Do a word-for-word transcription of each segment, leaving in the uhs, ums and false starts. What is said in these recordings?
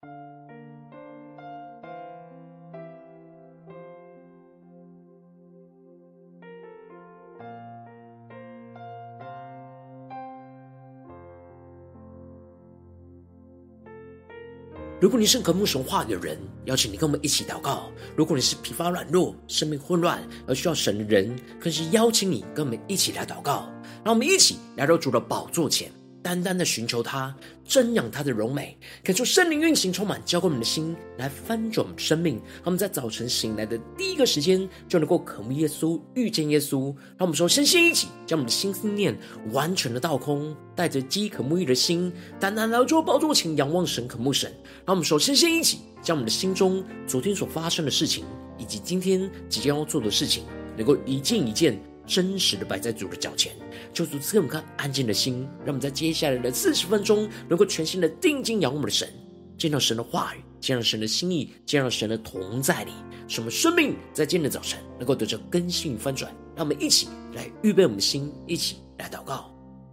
如果你是渴慕神话语的人，邀请你跟我们一起祷告。如果你是疲乏软弱、生命混乱而需要神的人，更是邀请你跟我们一起来祷告。让我们一起来到主的宝座前，单单的寻求他，瞻仰他的荣美，恳求圣灵运行充满，浇灌我们的心，来翻转我们的生命。让我们在早晨醒来的第一个时间，就能够渴慕耶稣，遇见耶稣。让我们说，身心一起，将我们的心思念完全的倒空，带着饥渴沐浴的心，单单来到主的宝座前，仰望神，渴慕神。让我们说，身心一起，将我们的心中昨天所发生的事情，以及今天即将要做的事情，能够一件一件真实的摆在主的脚前，求主赐给我们看安静的心，让我们在接下来的四十分钟，能够全心的定睛仰望我们的神，见到神的话语，见到神的心意，见到神的同在里，使我们生命在今天的早晨能够得着更新与翻转。让我们一起来预备我们的心，一起来祷告。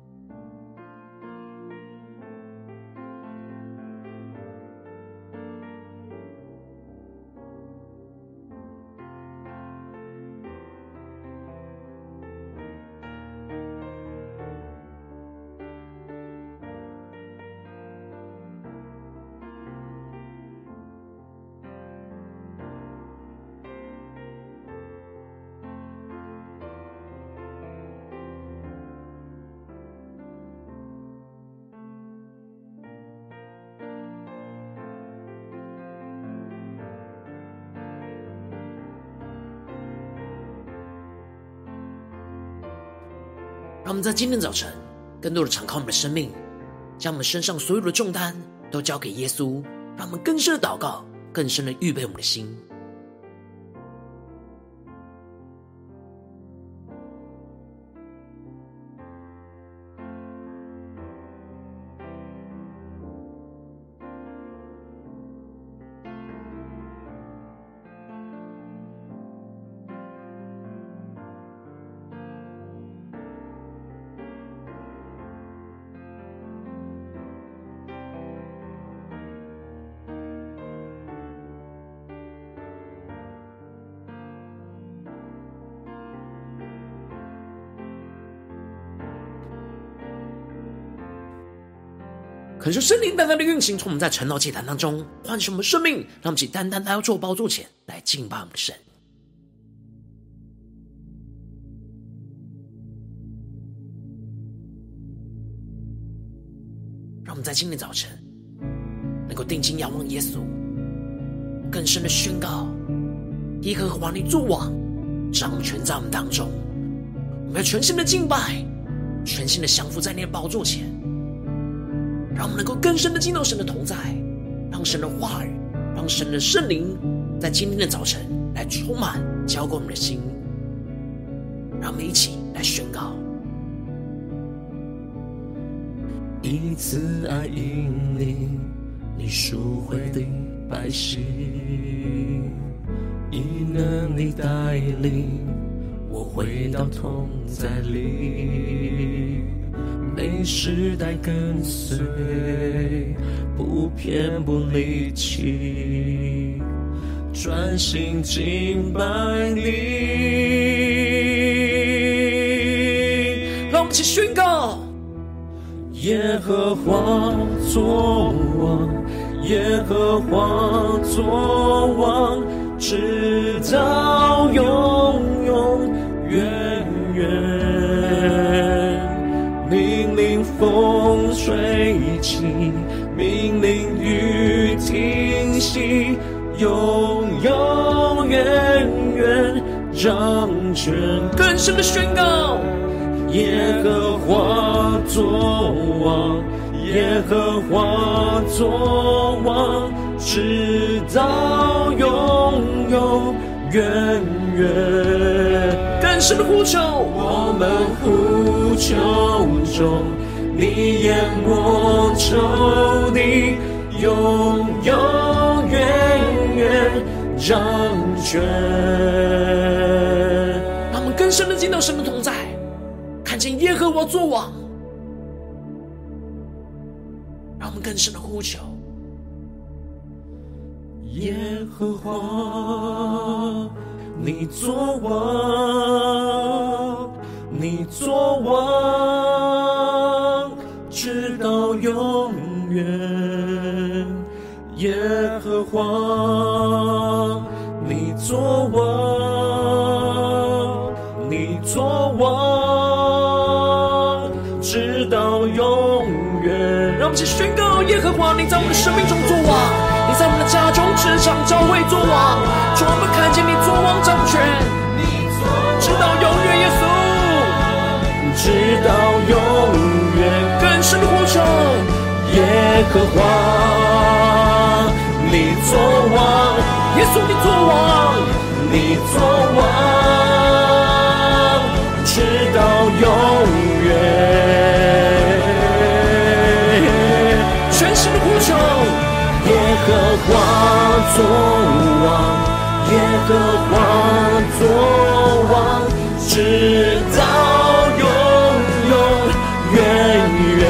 让我们在今天早晨更多的敞开我们的生命，将我们身上所有的重担都交给耶稣，让我们更深的祷告，更深的预备我们的心。恳求圣灵单单的运行，从我们在晨祷祭坛当中唤醒我们生命，让我们一起单单来到主宝座前来敬拜我们的神。让我们在今天早晨能够定睛仰望耶稣，更深的宣告：耶和华你作王，掌权在我们当中。我们要全心的敬拜，全心的降服在你的宝座前，让我们能够更深的进到神的同在，让神的话语，让神的圣灵在今天的早晨来充满浇灌我们的心。让我们一起来宣告： 以慈爱引领你赎回的百姓，以能力带领我回到同在里，每时代跟随，不偏不离弃，专心敬拜你。 让我们一起宣告： 耶和华作王，耶和华作王，直到永永远远。命令风吹起，命令雨停息，永永远远掌权。 更深的宣告： 耶和华作王，耶和华作王，直到永永远远。 更深的呼求， 我们呼求中，你眼我求你，永永远远掌权。 让我们更深的进到神的同在，看见耶和华作王。让我们更深的呼求， 耶和华，你作王，你作王，直到永远。耶和华，你作王，你作王，直到永远。 让我们一起宣告：耶和华，你在我们的生命中作王，你在我们的家中、职场、教会作王。主，我们看见你作王掌权，直到永远。耶稣， 直到永远。 更深的呼求， 耶和华，你作王， 耶稣你作王， 你作王，直到永远。 全新的呼求， 耶和华作王，耶和华作王，直到永永远远。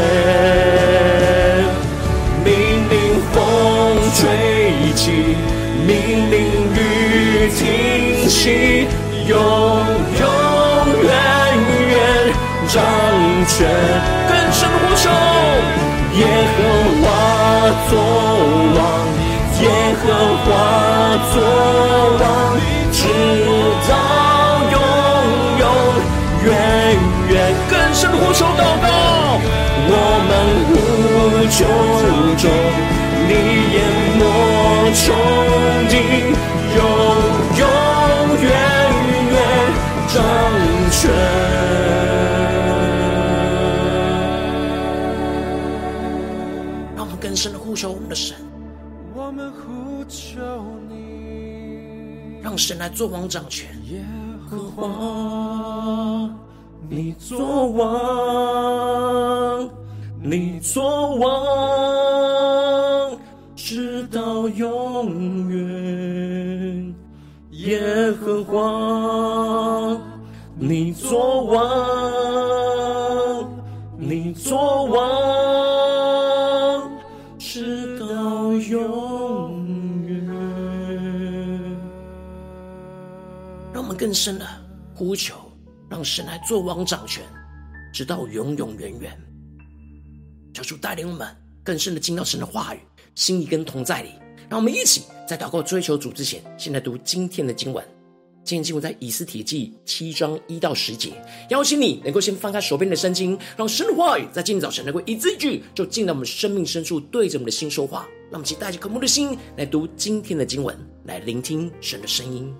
命令风吹起，命令雨停息，永永远远掌权。 更深的呼求， 耶和华作王，耶和华作王，直到永永远远。 更深的呼求祷告， 我们呼求中，你淹没穹顶，永永远远掌权。 让我们更深的呼求我们的神， 我们呼求你， 让神来作王掌权。 耶和华，你作王，你作王，直到永远。耶和华，你作王，你作王，直到永远。 让我们更深的呼求，让神来作王掌权，直到永永远远。求主带领我们更深的进到神的话语、心意跟同在里。让我们一起在祷告追求主之前，先来读今天的经文。今天经文在以斯帖记七章一到十节。邀请你能够先翻开手边的圣经，让神的话语在今天早晨能够一字一句就进到我们生命深处，对着我们的心说话。让我们一起带着渴慕的心来读今天的经文，来聆听神的声音。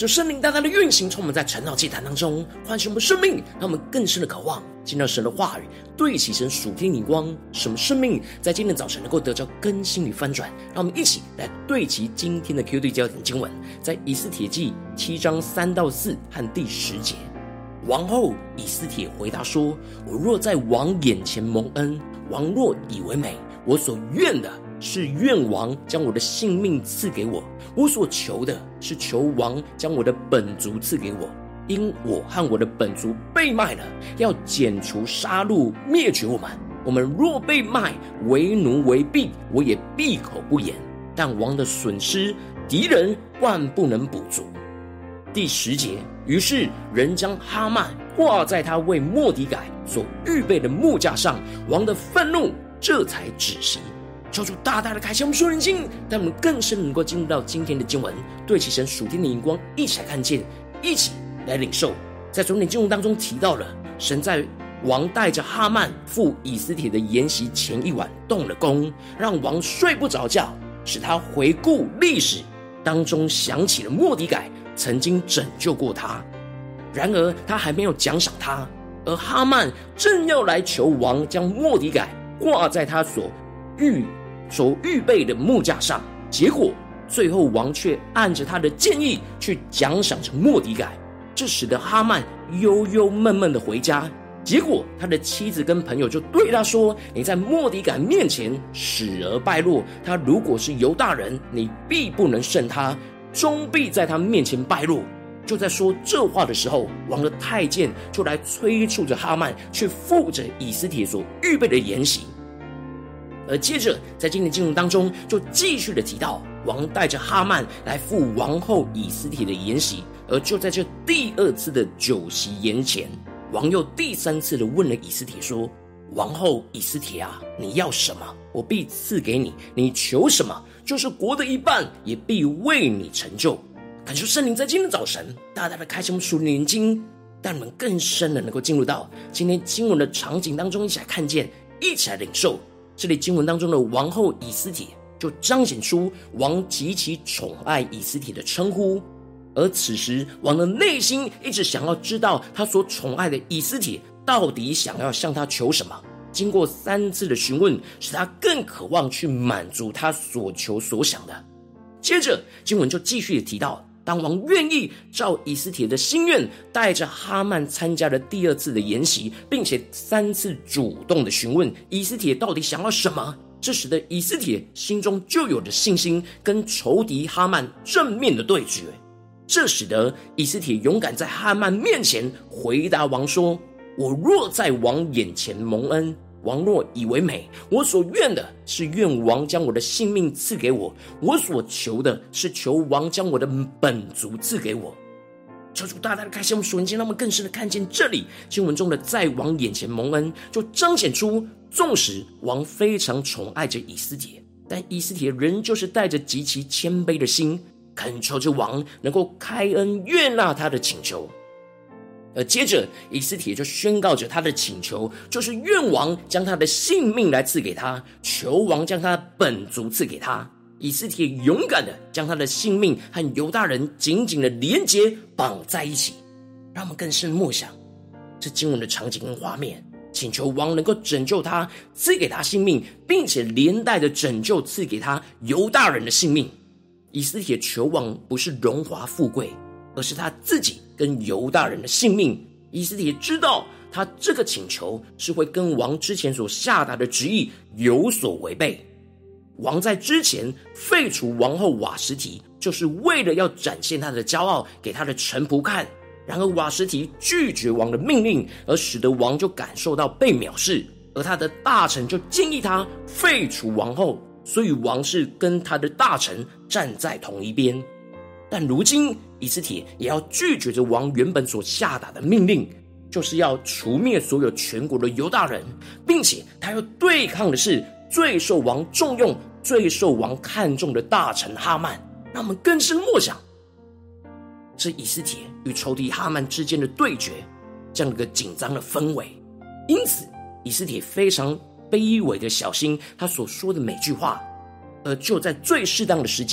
求圣灵大大的运行，从我们在晨祷祭坛当中唤醒我们生命，让我们更深的渴望进到神的话语，对齐神属天灵光，使我们生命在今天早晨能够得到更新与翻转。让我们一起来对齐今天的 Q D 焦点经文，在以斯帖记七章三到四和第十节。王后以斯帖回答说：我若在王眼前蒙恩，王若以为美，我所愿的是愿王将我的性命赐给我，我所求的是求王将我的本族赐给我，因我和我的本族被卖了，要剪除杀戮灭绝我们。我们若被卖为奴为婢，我也闭口不言。但王的损失，敌人万不能补足。第十节，于是人将哈曼挂在他为末底改所预备的木架上，王的愤怒这才止息。求主大大的开启我们属灵心，让我们更深能够进入到今天的经文，对其神属天的荧光一起来看见，一起来领受。在昨天经文当中提到了，神在王带着哈曼赴以斯帖的筵席前一晚动了工，让王睡不着觉，使他回顾历史当中想起了末底改曾经拯救过他。然而他还没有奖赏他，而哈曼正要来求王将末底改挂在他所预所预备的木架上，结果最后王却按着他的建议去奖赏着末底改，这使得哈曼忧忧闷闷的回家。结果他的妻子跟朋友就对他说：你在末底改面前使而败落，他如果是犹大人，你必不能胜他，终必在他面前败落。就在说这话的时候，王的太监就来催促着哈曼去赴着以斯帖所预备的筵席。而接着在今天经文当中就继续的提到，王带着哈曼来赴王后以斯帖的筵席。而就在这第二次的酒席筵前，王又第三次的问了以斯帖说：王后以斯帖啊，你要什么，我必赐给你，你求什么，就是国的一半也必为你成就。感谢圣灵在今天早晨大大的开启我们属灵眼睛，让我们更深的能够进入到今天经文的场景当中，一起来看见，一起来领受。这里经文当中的王后以斯帖就彰显出王极其宠爱以斯帖的称呼。而此时王的内心一直想要知道他所宠爱的以斯帖到底想要向他求什么。经过三次的询问，使他更渴望去满足他所求所想的。接着经文就继续的提到，当王愿意照以斯帖的心愿，带着哈曼参加了第二次的筵席，并且三次主动的询问以斯帖到底想要什么，这使得以斯帖心中就有着信心，跟仇敌哈曼正面的对决。这使得以斯帖勇敢在哈曼面前回答王说：我若在王眼前蒙恩，王若以为美，我所愿的是愿王将我的性命赐给我，我所求的是求王将我的本族赐给我。求主大大的开启我们属灵眼，让我们更深的看见这里经文中的在王眼前蒙恩，就彰显出纵使王非常宠爱着以斯帖，但以斯帖仍旧是带着极其谦卑的心，恳求着王能够开恩悦纳他的请求。而接着以斯帖就宣告着他的请求，就是愿王将他的性命来赐给他，求王将他的本族赐给他。以斯帖勇敢的将他的性命和犹大人紧紧的连结绑在一起。让我们更深默想这经文的场景跟画面，请求王能够拯救他，赐给他性命，并且连带的拯救赐给他犹大人的性命。以斯帖求王不是荣华富贵，而是他自己跟犹大人的性命。以斯帖知道他这个请求是会跟王之前所下达的旨意有所违背。王在之前废除王后瓦实提，就是为了要展现他的骄傲给他的臣仆看。然而瓦实提拒绝王的命令，而使得王就感受到被藐视，而他的大臣就建议他废除王后，所以王是跟他的大臣站在同一边。但如今以斯帖也要拒绝着王原本所下达的命令，就是要除灭所有全国的犹大人，并且他要对抗的是最受王重用、最受王看重的大臣哈曼。让我们更深默想这以斯帖与仇敌哈曼之间的对决，这样一个紧张的氛围。因此以斯帖非常卑微的小心他所说的每句话，而就在最适当的时机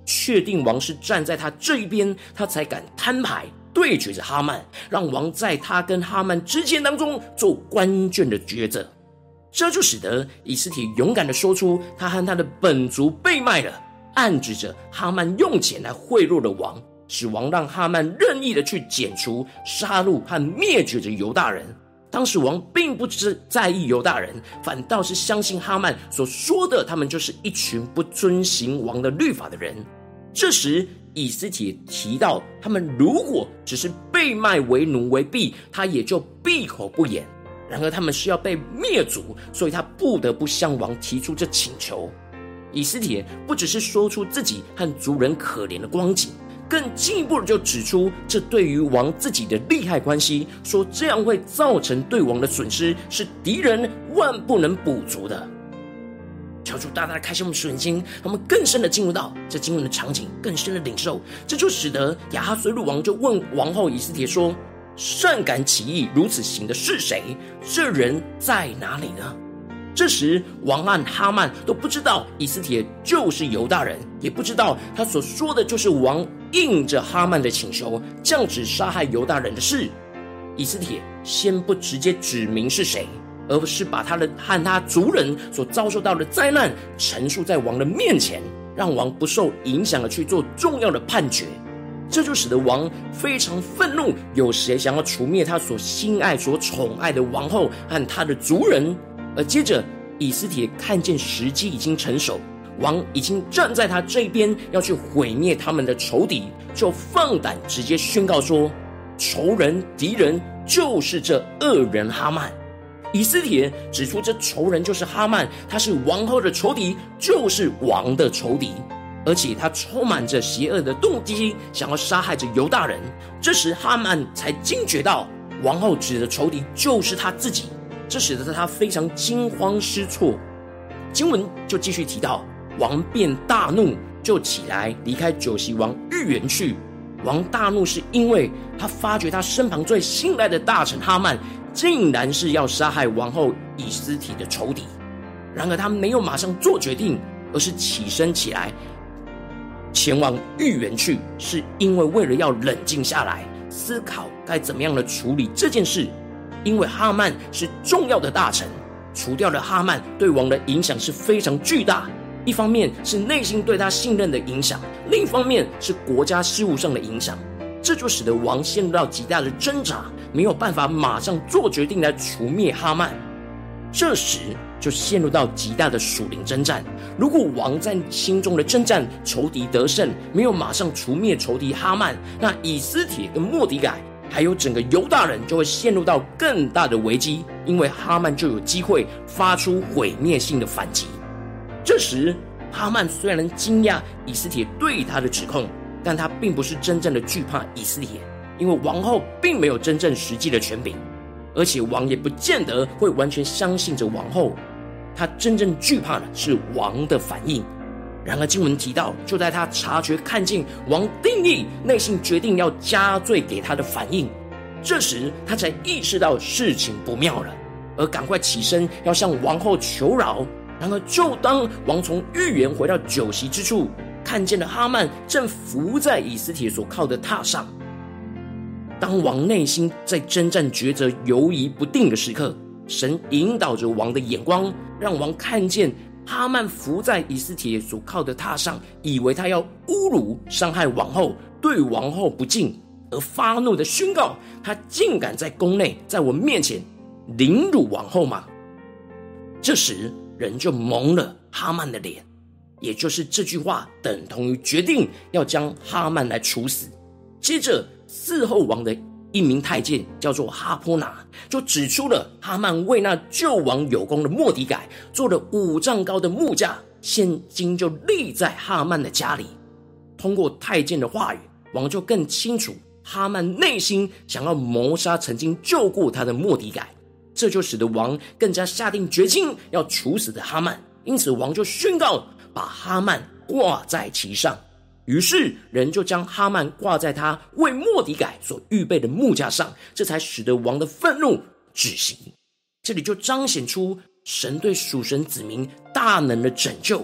确定王是站在他这一边，他才敢摊牌对决着哈曼，让王在他跟哈曼之间当中做关键的抉择。这就使得以斯帖勇敢地说出他和他的本族被卖了，暗指着哈曼用钱来贿赂了王，使王让哈曼任意的去剪除、杀戮和灭绝着犹大人。当时王并不只是在意犹大人，反倒是相信哈曼所说的他们就是一群不遵行王的律法的人。这时以斯帖提到他们如果只是被卖为奴为婢，他也就闭口不言。然而他们是要被灭族，所以他不得不向王提出这请求。以斯帖不只是说出自己和族人可怜的光景，更进一步的就指出这对于王自己的利害关系，说这样会造成对王的损失，是敌人万不能补足的。求主大大的开启我们属灵心，让我们更深的进入到这经文的场景，更深的领受。这就使得亚哈随鲁王就问王后以斯帖说，擅敢起意如此行的是谁？这人在哪里呢？这时王和哈曼都不知道以斯帖就是犹大人，也不知道他所说的就是王应着哈曼的请求降旨杀害犹大人的事。以斯帖先不直接指明是谁，而是把他的和他族人所遭受到的灾难陈述在王的面前，让王不受影响的去做重要的判决。这就使得王非常愤怒，有谁想要除灭他所心爱所宠爱的王后和他的族人。而接着以斯帖看见时机已经成熟，王已经站在他这边，要去毁灭他们的仇敌，就放胆直接宣告说，仇人敌人就是这恶人哈曼。以斯帖指出这仇人就是哈曼，他是王后的仇敌，就是王的仇敌，而且他充满着邪恶的动机，想要杀害着犹大人。这时哈曼才惊觉到王后指的仇敌就是他自己，这使得他非常惊慌失措。经文就继续提到，王便大怒，就起来离开酒席王御园去。王大怒是因为他发觉他身旁最信赖的大臣哈曼竟然是要杀害王后以斯帖的仇敌。然而他没有马上做决定，而是起身起来前往御园去，是因为为了要冷静下来，思考该怎么样的处理这件事。因为哈曼是重要的大臣，除掉了哈曼对王的影响是非常巨大，一方面是内心对他信任的影响，另一方面是国家事务上的影响。这就使得王陷入到极大的挣扎，没有办法马上做决定来除灭哈曼。这时就陷入到极大的属灵征战。如果王在心中的征战仇敌得胜，没有马上除灭仇敌哈曼，那以斯帖跟末底改还有整个犹大人就会陷入到更大的危机，因为哈曼就有机会发出毁灭性的反击。这时哈曼虽然惊讶以斯帖对他的指控，但他并不是真正的惧怕以斯帖，因为王后并没有真正实际的权柄，而且王也不见得会完全相信着王后，他真正惧怕的是王的反应。然而经文提到，就在他察觉看见王定义内心决定要加罪给他的反应，这时他才意识到事情不妙了，而赶快起身要向王后求饶。然而就当王从御园回到酒席之处，看见了哈曼正伏在以斯帖所靠的榻上。当王内心在征战抉择犹疑不定的时刻，神引导着王的眼光，让王看见哈曼伏在以斯帖所靠的榻上，以为他要侮辱伤害王后，对王后不敬，而发怒的宣告，他竟敢在宫内在我面前凌辱王后吗？这时人就蒙了哈曼的脸，也就是这句话等同于决定要将哈曼来处死。接着伺候王的一名太监叫做哈波拿，就指出了哈曼为那救王有功的末底改做了五丈高的木架，现今就立在哈曼的家里。通过太监的话语，王就更清楚哈曼内心想要谋杀曾经救过他的末底改，这就使得王更加下定决心要处死的哈曼。因此王就宣告把哈曼挂在其上，于是人就将哈曼挂在他为末底改所预备的木架上，这才使得王的愤怒止息。这里就彰显出神对属神子民大能的拯救，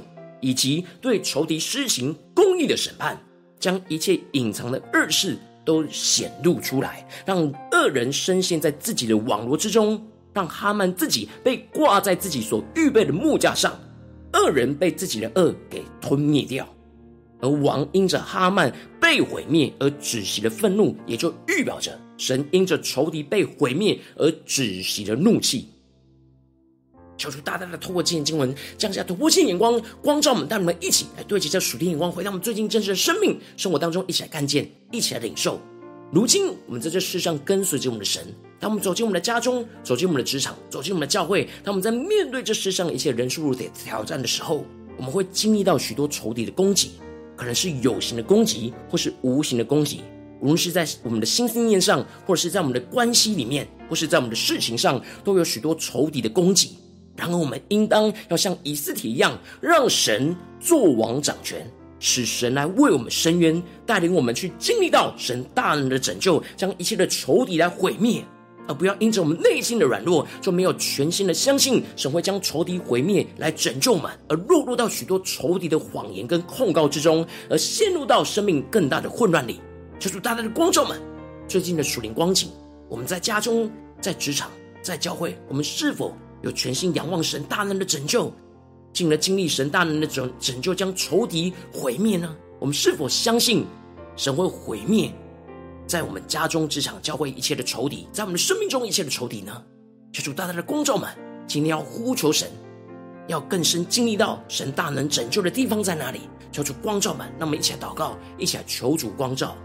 以及对仇敌施行公义的审判，将一切隐藏的恶事都显露出来，让恶人深陷在自己的网罗之中，让哈曼自己被挂在自己所预备的木架上，恶人被自己的恶给吞灭掉。而王因着哈曼被毁灭而止息的愤怒，也就预表着神因着仇敌被毁灭而止息的怒气。求主大大的透过今天经文降下突破性眼光，光照我们，带我们一起来对齐这属天眼光，回到我们最近真实的生命生活当中，一起来看见，一起来领受。如今我们在这世上跟随着我们的神，当我们走进我们的家中，走进我们的职场，走进我们的教会，当我们在面对这世上一切人数的挑战的时候，我们会经历到许多仇敌的攻击，可能是有形的攻击，或是无形的攻击，无论是在我们的心思念上，或者是在我们的关系里面，或是在我们的事情上，都有许多仇敌的攻击。然而我们应当要像以斯帖一样，让神作王掌权，使神来为我们伸冤，带领我们去经历到神大能的拯救，将一切的仇敌来毁灭，而不要因着我们内心的软弱，就没有全心的相信神会将仇敌毁灭来拯救我们，而落入到许多仇敌的谎言跟控告之中，而陷入到生命更大的混乱里。求主大大的光照们，最近的属灵光景，我们在家中、在职场、在教会，我们是否有全心仰望神大能的拯救，进而经历神大能的拯拯救，将仇敌毁灭呢？我们是否相信神会毁灭在我们家中、职场、教会一切的仇敌，在我们的生命中一切的仇敌呢？求主大大的光照们，今天要呼求神，要更深经历到神大能拯救的地方在哪里？求主光照们，让我们一起来祷告，一起来求主光照。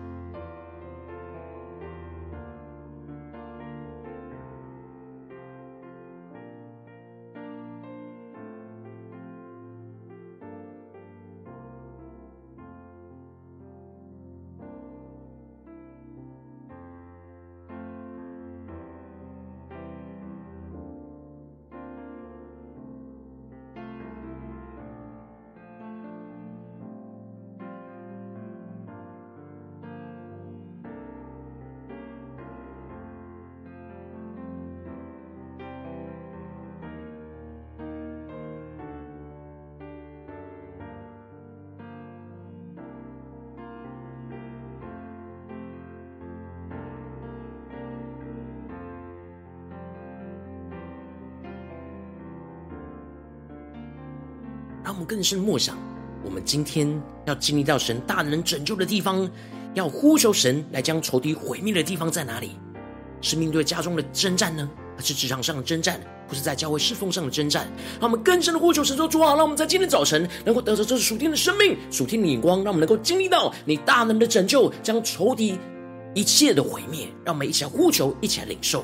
让我们更深默想，我们今天要经历到神大能拯救的地方，要呼求神来将仇敌毁灭的地方在哪里？是面对家中的征战呢，还是职场上的征战，或是在教会侍奉上的征战？让我们更深的呼求神说：主啊，让我们在今天早晨能够得着这属天的生命、属天的眼光，让我们能够经历到你大能的拯救，将仇敌一切的毁灭。让我们一起来呼求，一起来领受。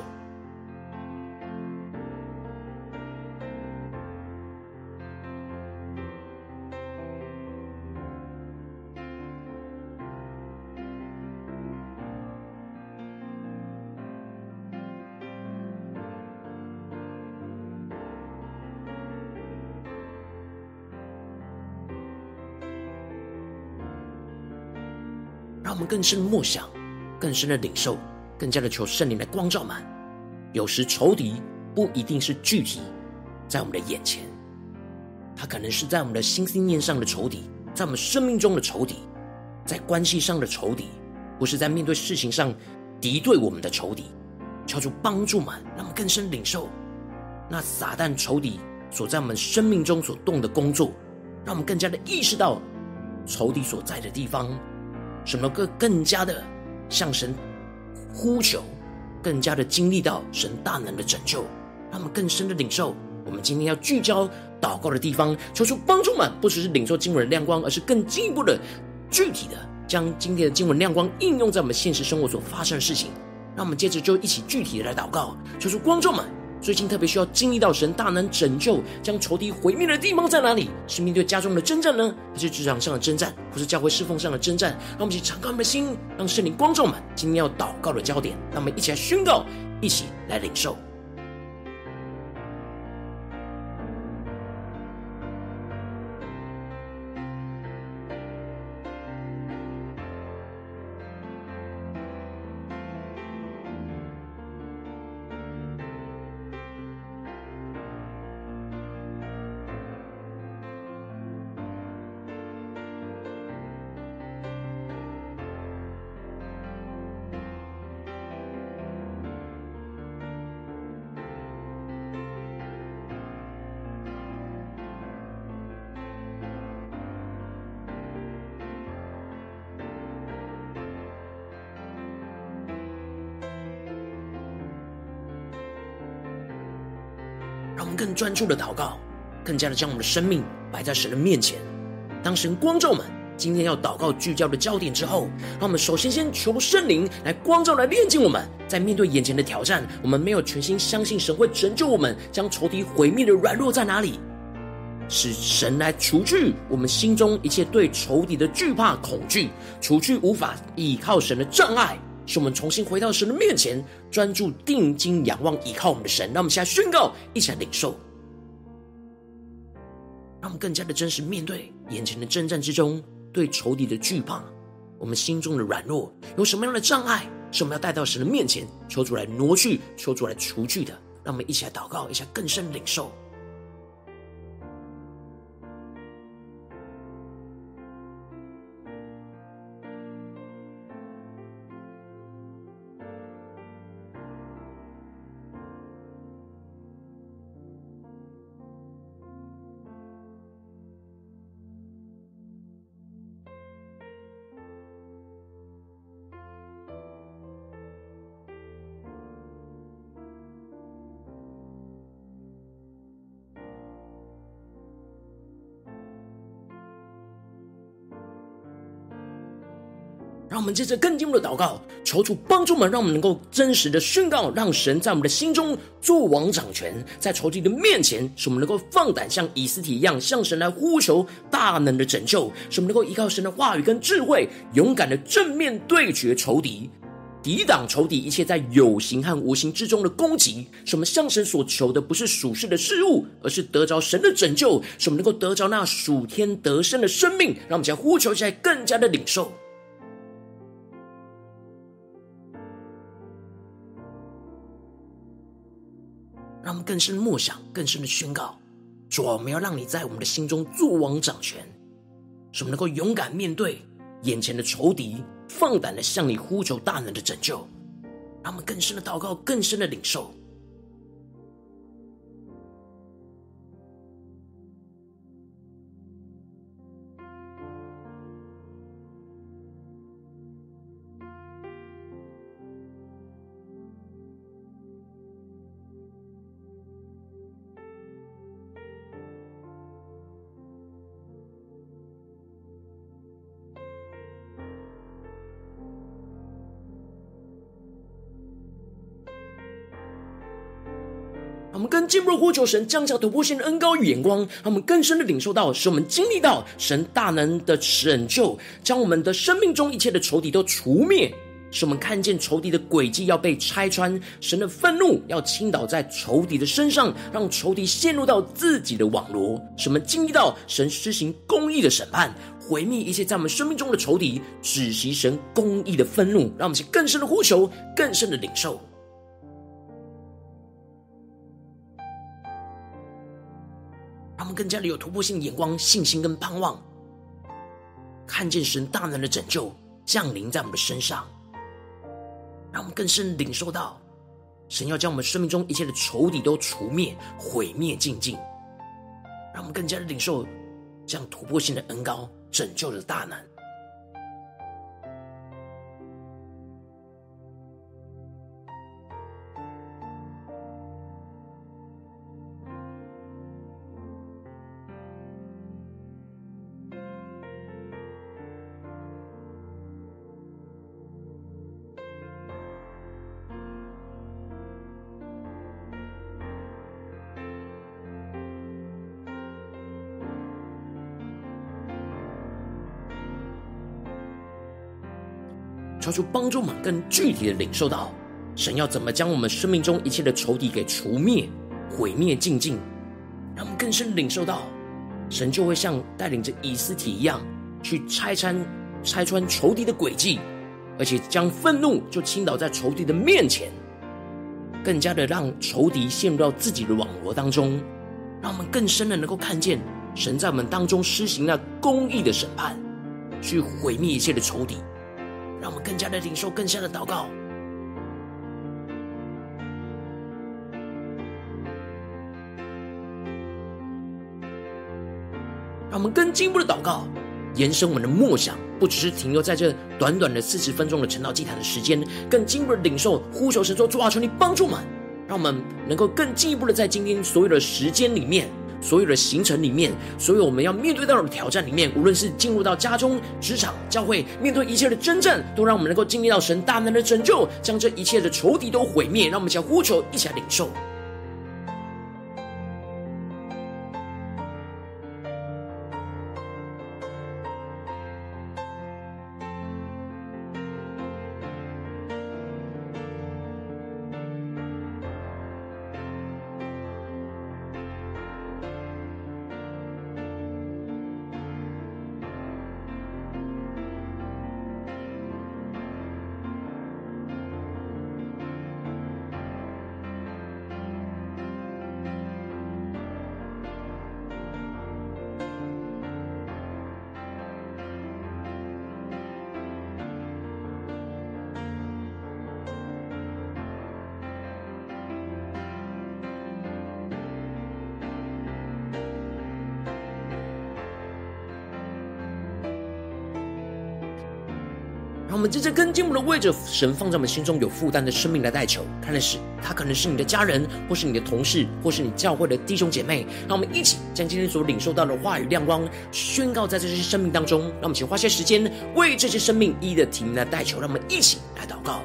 让我们更深的默想，更深的领受，更加的求圣灵来光照满。有时仇敌不一定是具体在我们的眼前，它可能是在我们的心思念上的仇敌，在我们生命中的仇敌，在关系上的仇敌，不是在面对事情上敌对我们的仇敌。求主帮助满，让我们更深领受那撒旦仇敌所在我们生命中所动的工作，让我们更加的意识到仇敌所在的地方，什么更更加的向神呼求，更加的经历到神大能的拯救，让我们更深的领受。我们今天要聚焦祷告的地方，求主帮助们，不只是领受经文的亮光，而是更进一步的具体的将今天的经文亮光应用在我们现实生活所发生的事情。让我们接着就一起具体的来祷告，求主光照们最近特别需要经历到神大能拯救将仇敌毁灭的地方在哪里？是面对家中的征战呢，还是职场上的征战，或是教会侍奉上的征战？让我们一起敞开我们的心，让圣灵光照们今天要祷告的焦点，让我们一起来宣告，一起来领受。 我们更专注的祷告，更加的将我们的生命摆在神的面前。当神光照我们今天要祷告聚焦的焦点之后，让我们首先先求圣灵来光照，来炼净我们。在面对眼前的挑战，我们没有全心相信神会拯救我们，将仇敌毁灭的软弱在哪里，使神来除去我们心中一切对仇敌的惧怕恐惧，除去无法依靠神的障碍，使我们重新回到神的面前，专注定睛仰望依靠我们的神。让我们现在宣告，一起来领受，让我们更加的真实面对眼前的征战之中对仇敌的惧怕，我们心中的软弱有什么样的障碍是我们要带到神的面前，求主来挪去，求主来除去的。让我们一起来祷告，一起来更深领受。让我们接着更进一步的祷告，求主帮助我们，让我们能够真实的宣告，让神在我们的心中作王掌权，在仇敌的面前，使我们能够放胆像以斯帖一样，向神来呼求大能的拯救，使我们能够依靠神的话语跟智慧，勇敢的正面对决仇敌，抵挡仇敌一切在有形和无形之中的攻击。使我们向神所求的不是属世的事物，而是得着神的拯救，使我们能够得着那属天得生的生命。让我们将呼求起来，更加的领受。让我们更深的默想，更深的宣告，主啊，我们要让你在我们的心中作王掌权，使我们能够勇敢面对眼前的仇敌，放胆的向你呼求大能的拯救。让我们更深的祷告，更深的领受。我们更进一步呼求神降下突破性的恩膏与眼光，让我们更深的领受到，使我们经历到神大能的拯救，将我们的生命中一切的仇敌都除灭，使我们看见仇敌的诡计要被拆穿，神的愤怒要倾倒在仇敌的身上，让仇敌陷入到自己的网罗，使我们经历到神施行公义的审判，毁灭一切在我们生命中的仇敌，止息神公义的愤怒。让我们去更深的呼求，更深的领受。让我们更加的有突破性的眼光、信心跟盼望，看见神大能的拯救降临在我们的身上，让我们更深领受到神要将我们生命中一切的仇敌都除灭、毁灭尽尽，让我们更加的领受这样突破性的恩膏拯救的大能。求主帮助我们更具体的领受到神要怎么将我们生命中一切的仇敌给除灭、毁灭尽尽，让我们更深领受到神就会像带领着以斯帖一样，去拆穿拆穿仇敌的诡计，而且将愤怒就倾倒在仇敌的面前，更加的让仇敌陷入到自己的网罗当中，让我们更深的能够看见神在我们当中施行那公义的审判，去毁灭一切的仇敌。让我们更加的领受，更加的祷告。让我们更进一步的祷告，延伸我们的默想，不只是停留在这短短的四十分钟的晨祷祭坛的时间，更进一步的领受，呼求神说：主啊，求你帮助我们，让我们能够更进一步的在今天所有的时间里面，所有的行程里面，所有我们要面对到的挑战里面，无论是进入到家中、职场、教会，面对一切的征战，都让我们能够经历到神大能的拯救，将这一切的仇敌都毁灭。让我们一起来呼求，一起来领受。让我们真正跟进我们的为着神放在我们心中有负担的生命来代求，看的是他可能是你的家人，或是你的同事，或是你教会的弟兄姐妹。让我们一起将今天所领受到的话语亮光宣告在这些生命当中。让我们请花些时间为这些生命一一的提名来代求，让我们一起来祷告。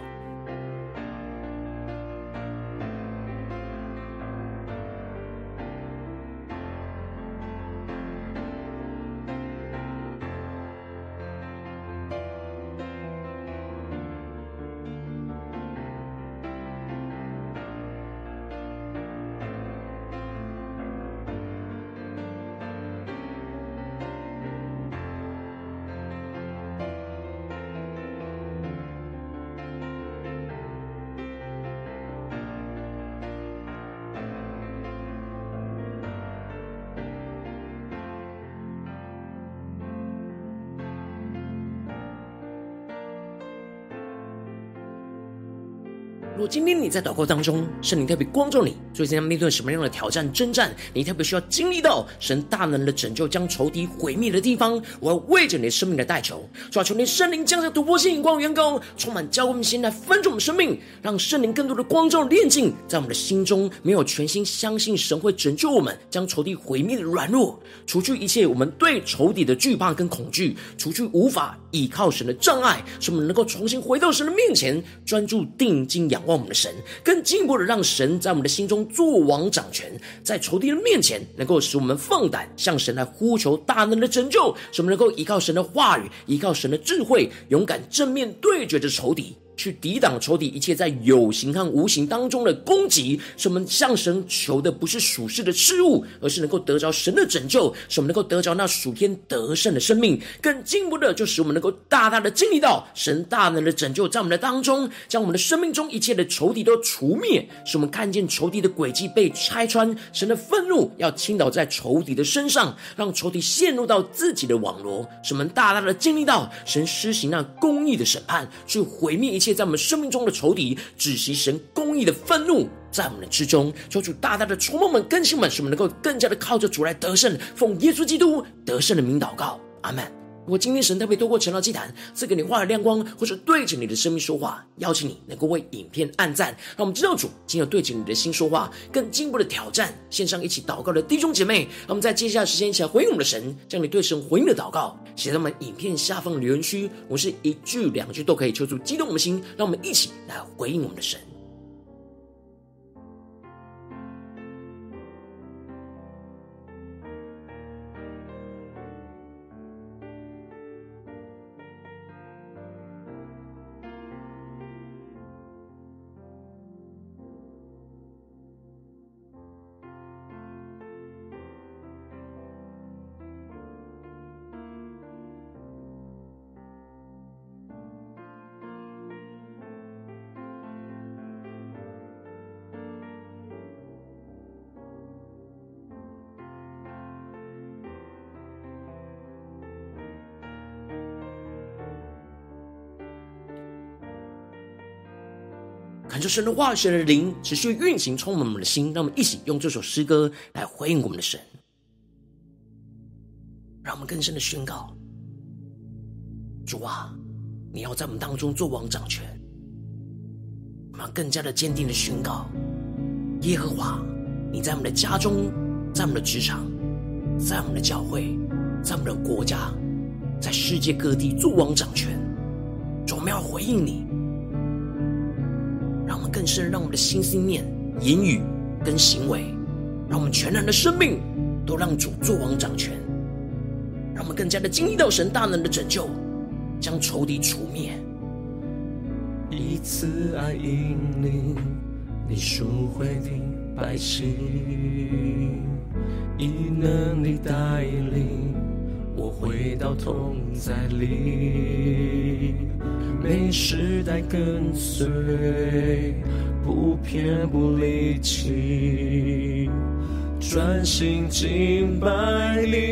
如果今天你在祷告当中，圣灵特别光照你，最近要面对什么样的挑战征战，你特别需要经历到神大能的拯救，将仇敌毁灭的地方，我要为着你的生命来代求。主啊，求你圣灵降下突破性眼光与眼光，充满教会我们心来分盛我们生命，让圣灵更多的光照炼净在我们的心中，没有全心相信神会拯救我们，将仇敌毁灭的软弱，除去一切我们对仇敌的惧怕跟恐惧，除去无法倚靠神的障碍，使我们能够重新回到神的面前，专注定睛仰望我们的神，更进一步的让神在我们的心中作王掌权，在仇敌的面前能够使我们放胆向神来呼求大能的拯救，使我们能够依靠神的话语，依靠神的智慧，勇敢正面对决着仇敌，去抵挡仇敌一切在有形和无形当中的攻击，使我们向神求的不是属世的事物，而是能够得着神的拯救，使我们能够得着那属天得胜的生命。更进一步的就使我们能够大大的经历到神大能的拯救在我们的当中，将我们的生命中一切的仇敌都除灭，使我们看见仇敌的诡计被拆穿，神的愤怒要倾倒在仇敌的身上，让仇敌陷入到自己的网罗，使我们大大的经历到神施行那公义的审判，去毁灭一切在我们生命中的仇敌，止息神公义的愤怒在我们的之中。求主大大的触摸我们更新我们，使我们能够更加的靠着主来得胜，奉耶稣基督得胜的名祷告，阿们。如果今天神特别透过晨祷祭坛赐给你话语亮光，或是对着你的生命说话，邀请你能够为影片按赞，让我们知道主今天有对着你的心说话，更进一步的挑战线上一起祷告的弟兄姐妹，让我们在接下来的时间一起来回应我们的神，将你对神回应的祷告写在我们影片下方的留言区，我是一句两句都可以，求主激动我们的心，让我们一起来回应我们的神。恳求神的话语，神的灵持续运行充满我们的心，让我们一起用这首诗歌来回应我们的神，让我们更深的宣告：主啊，你要在我们当中作王掌权。我们要更加的坚定的宣告， 耶和华，你在我们的家中，在我们的职场，在我们的教会，在我们的国家，在世界各地作王掌权。主，我们要回应你，让我们更深，让我们的心思念、言语跟行为，让我们全然的生命都让主作王掌权，让我们更加的经历到神大能的拯救，将仇敌除灭。 以慈爱引领你赎回的百姓，以能力带领我回到同在里，每时代跟随，不偏不离弃，专心敬拜你。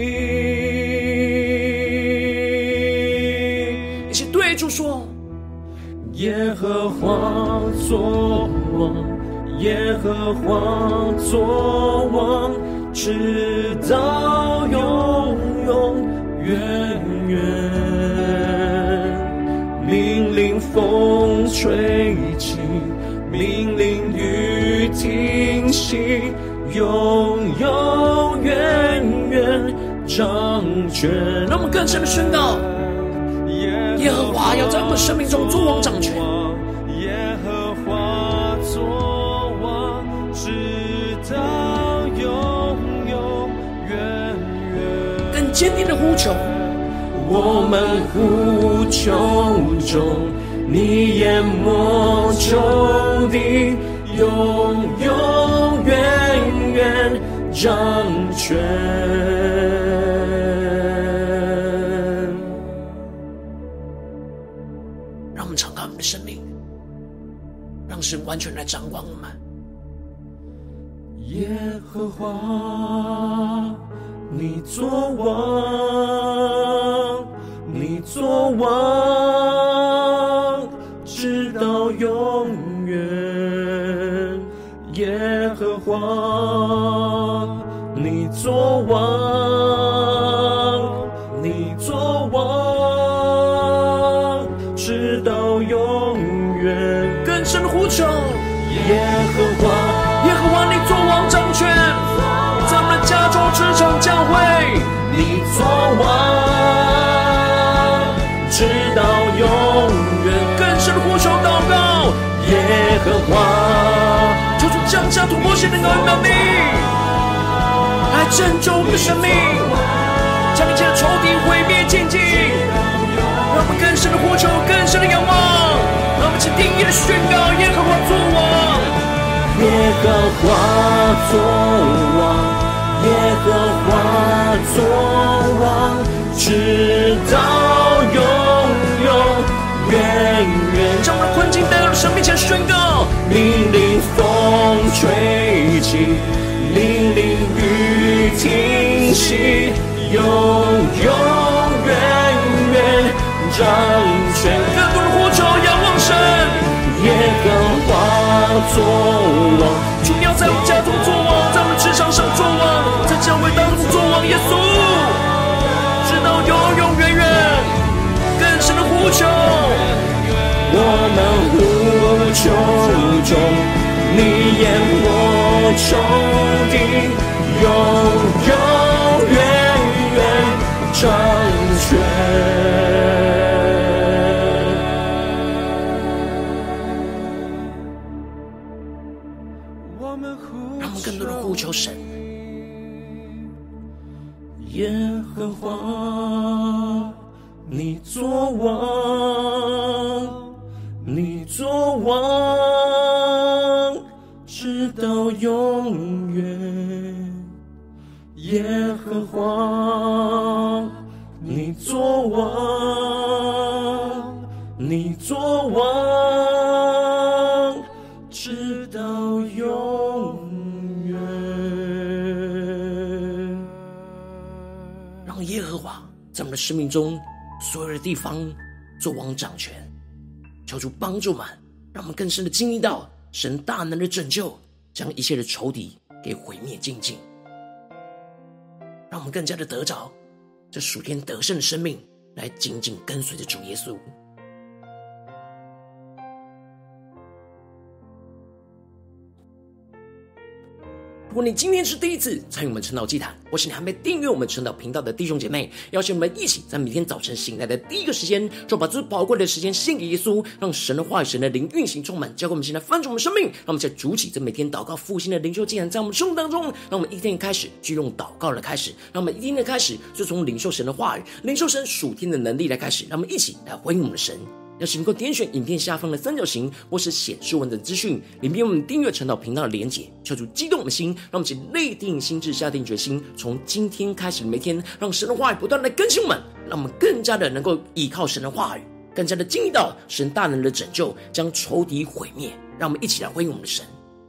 一起对主说： 耶和华作王，耶和华作王，直到永永远远。命令风吹起，命令雨停息，永永远远掌权。 让我们更深的宣告，耶和华要在我们生命中作王掌权。 耶和华作王，直到永永远远。 更坚定的呼求， 我们呼求中，你淹没仇敌，永永远远掌权。 让我们敞开我们的生命，让神完全来掌管我们。 耶和华，你作王，你作王，直到永远。耶和华，你作王，你作王，直到永远。 更深的呼求， 耶和华， 耶和华，你作王掌权，在我们的家中、职场、教会， 你作王，直到永远。 更深的呼求祷告， 耶和华， 求主降下突破性的能力，来拯救我们的生命，将一切的仇敌毁灭尽尽。让我们更深的呼求，更深的仰望，让我们一起定义的宣告：耶和华作王， 耶和华作王，耶和华作王，直到永永远远。 将我们的困境带到神面前宣告， 命令风吹起，命令雨停息，永永远远掌权。 更多的呼求仰望神， 耶和华作王， 主你要在我们家中作王，在我们职场上作王，在教会当中作王。耶稣，直到永永远远。更深的呼求， 我们呼求中，你淹没仇敌，永永远远掌权。 让我们更多的呼求神， 耶和华，你作王，你作王，直到永远。耶和华，你作王，你作王，直到永远。 让耶和华在我们的生命中所有的地方作王掌权，求主帮助我们，让我们更深的经历到神大能的拯救，将一切的仇敌给毁灭尽尽，让我们更加的得着这属天得胜的生命，来紧紧跟随着主耶稣。 如果你今天是第一次参与我们晨祷祭坛，或是你还没订阅我们晨祷频道的弟兄姐妹，邀请我们一起在每天早晨醒来的第一个时间，就把最宝贵的时间献给耶稣，让神的话语、神的灵运行充满，交给我们现在翻转我们生命。让我们在主起这每天祷告复兴的灵修祭坛在我们生活当中，让我们一天开始就用祷告的开始，让我们一天的开始就从领受神的话语、领受神属天的能力来开始。让我们一起来回应我们的神。要是能够点选影片下方的三角形或是显示文的资讯，里面有我们订阅晨祷频道的连结，求主激动我们的心，让我们一起内定心志，下定决心，从今天开始每天让神的话语不断的更新我们，让我们更加的能够依靠神的话语，更加的经历到神大能的拯救，将仇敌毁灭。让我们一起来回应我们的神。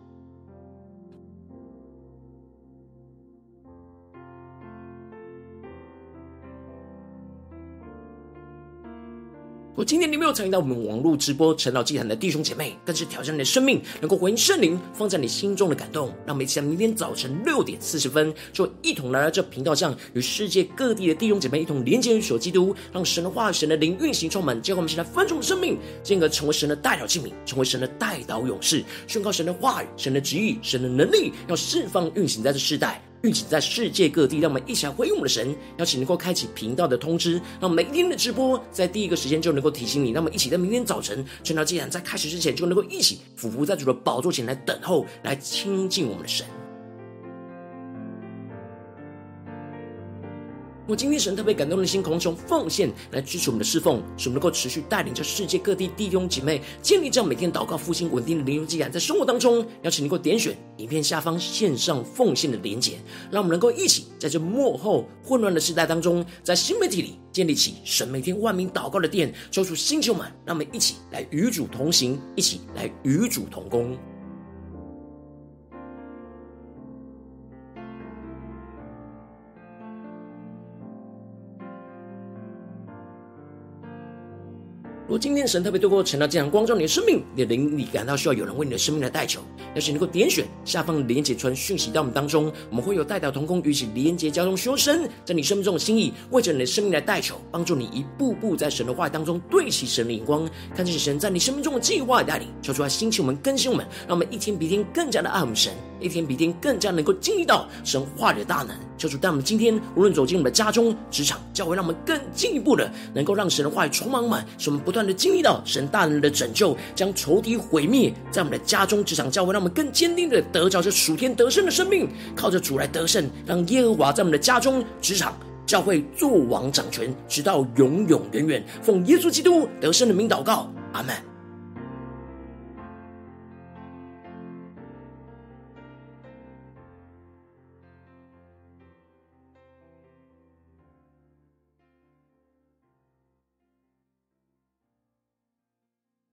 如果今天你没有参与到我们网络直播晨祷祭坛的弟兄姐妹，更是挑战你的生命，能够回应圣灵放在你心中的感动。让我们一起在明天早晨六点四十分，就一同来到这频道上，与世界各地的弟兄姐妹一同连接与守基督，让神的话语、神的灵运行充满，结果我们现在分盛的生命，进而成为神的代表器皿，成为神的代祷勇士，宣告神的话语、神的旨意、神的能力，要释放运行在这世代，运行在世界各地。让我们一起来回应我们的神，邀请能够开启频道的通知，让每一天的直播在第一个时间就能够提醒你。让我们一起在明天早晨晨祷祭坛在开始之前，就能够一起俯伏在主的宝座前来等候，来亲近我们的神。我今天神特别感动的心，从奉献来支持我们的侍奉，使我们能够持续带领着世界各地弟兄姐妹建立这样每天祷告复兴稳定的灵修祭坛，在生活当中，邀请能够点选影片下方线上奉献的连结，让我们能够一起在这末后混乱的时代当中，在新媒体里建立起神每天万名祷告的殿，抽出新球们，让我们一起来与主同行，一起来与主同工。如果今天神特别透过晨祷祭坛光照你的生命，你的灵里感到需要有人为你的生命来代求，要是能够点选下方的连结传讯息到我们当中，我们会有代祷同工与其连结交通修身，在你生命中的心意，为着你的生命来代求，帮助你一步步在神的话语当中对齐神的眼光，看见神在你生命中的计划与带领，求出来兴起我们，更新我们，让我们一天比一天更加的爱我们神，一天比一天更加能够经历到神话语的大能。求主带我们今天无论走进我们的家中、职场、教会，让我们更进一步的能够让神的话语充满满，使我们不断的经历到神大能的拯救，将仇敌毁灭，在我们的家中、职场、教会，让我们更坚定的得着这属天得胜的生命，靠着主来得胜，让耶和华在我们的家中、职场、教会作王掌权，直到永永远远。奉耶稣基督得胜的名祷告，阿们。